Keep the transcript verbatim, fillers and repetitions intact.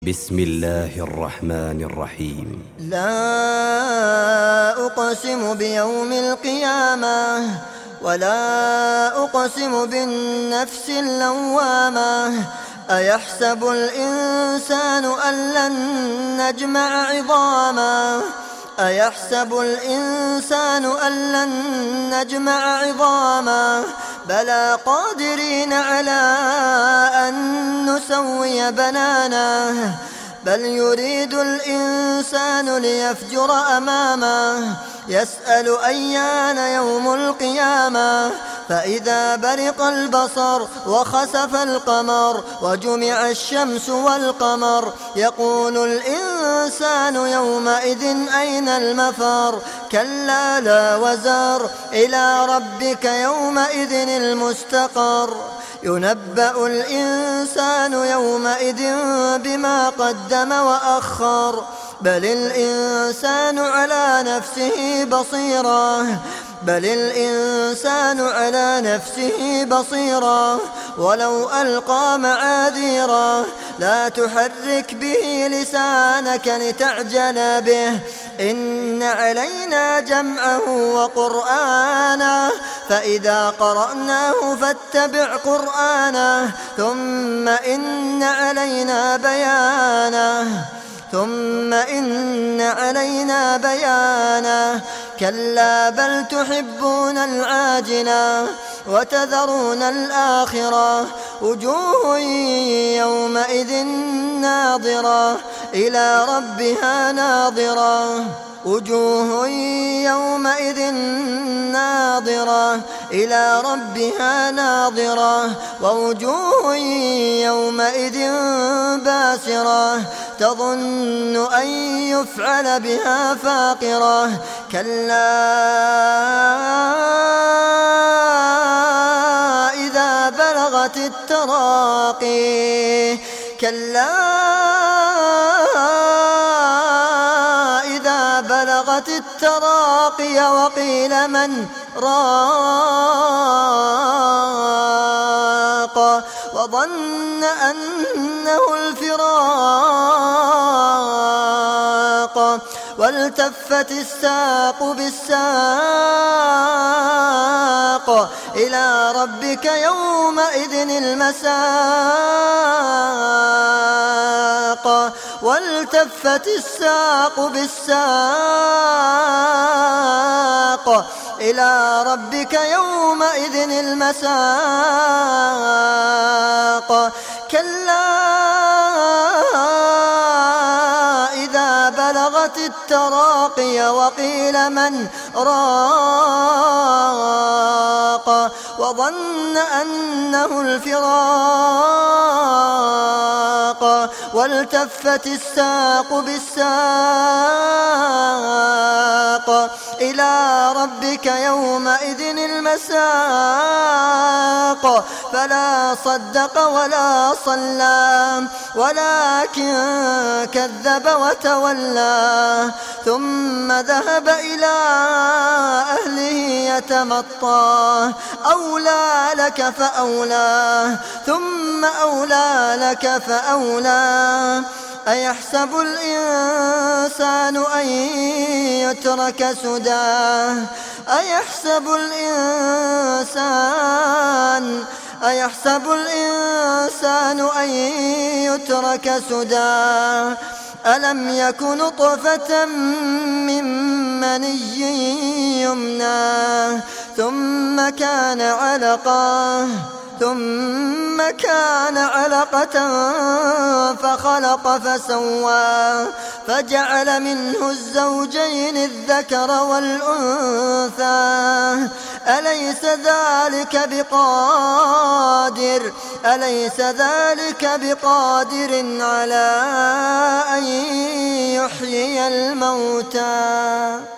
بسم الله الرحمن الرحيم. لا أقسم بيوم القيامة ولا أقسم بالنفس اللوامة. أيحسب الإنسان أن لن نجمع عظامه أيحسب الإنسان أن لن نجمع عظامه بلى قادرين على أن نسوي بنانه بل يريد الإنسان ليفجر أمامه يسأل أيان يوم القيامة فإذا برق البصر وخسف القمر وجمع الشمس والقمر يقول الإنسان يومئذ أين المفر كلا لا وزر إلى ربك يومئذ المستقر ينبأ الإنسان يومئذ بما قدم وأخر بل الإنسان على نفسه بصيرة بل الإنسان على نفسه بصيرة ولو ألقى معاذيره لا تحرك به لسانك لتعجل به إن علينا جمعه وقرآنه فإذا قرأناه فاتبع قرآنه ثم إن علينا بيانه ثم إن علينا بيانه كلا بل تحبون العاجلة وتذرون الآخرة وجوه يومئذ ناظرة إلى ربها ناظرة وجوه يومئذ ناظرة إلى ربها ناظرة ووجوه يومئذ باسرة تظن أن يفعل بها فاقرة كلا إذا بلغت التراقي كلا بلغت التراقي وقيل من راق وظن أنه الفراق والتفت الساق بالساق إلى ربك يومئذ المساق والتفت الساق بالساق إلى ربك يومئذ المساق كلا إذا بلغت التراقي وقيل من راق وظن أنه الفراق والتفت الساق بالساق إلى ربك يومئذ المساق فلا صدق ولا صلى ولكن كذب وتولى ثم ذهب إلى أهله يتمطى أولى لك فأولى ثم أولى لك فأولى أيحسب الإنسان أن يترك سدى أيحسب الإنسان أيحسب الإنسان أن يترك سدى ألم يك نطفة من مني يمنى ثم كان علقة ثم كان علقة فخلق فسوى فجعل منه الزوجين الذكر والأنثى أليس ذلك بقادر أليس ذلك بقادر على أن يحيي الموتى.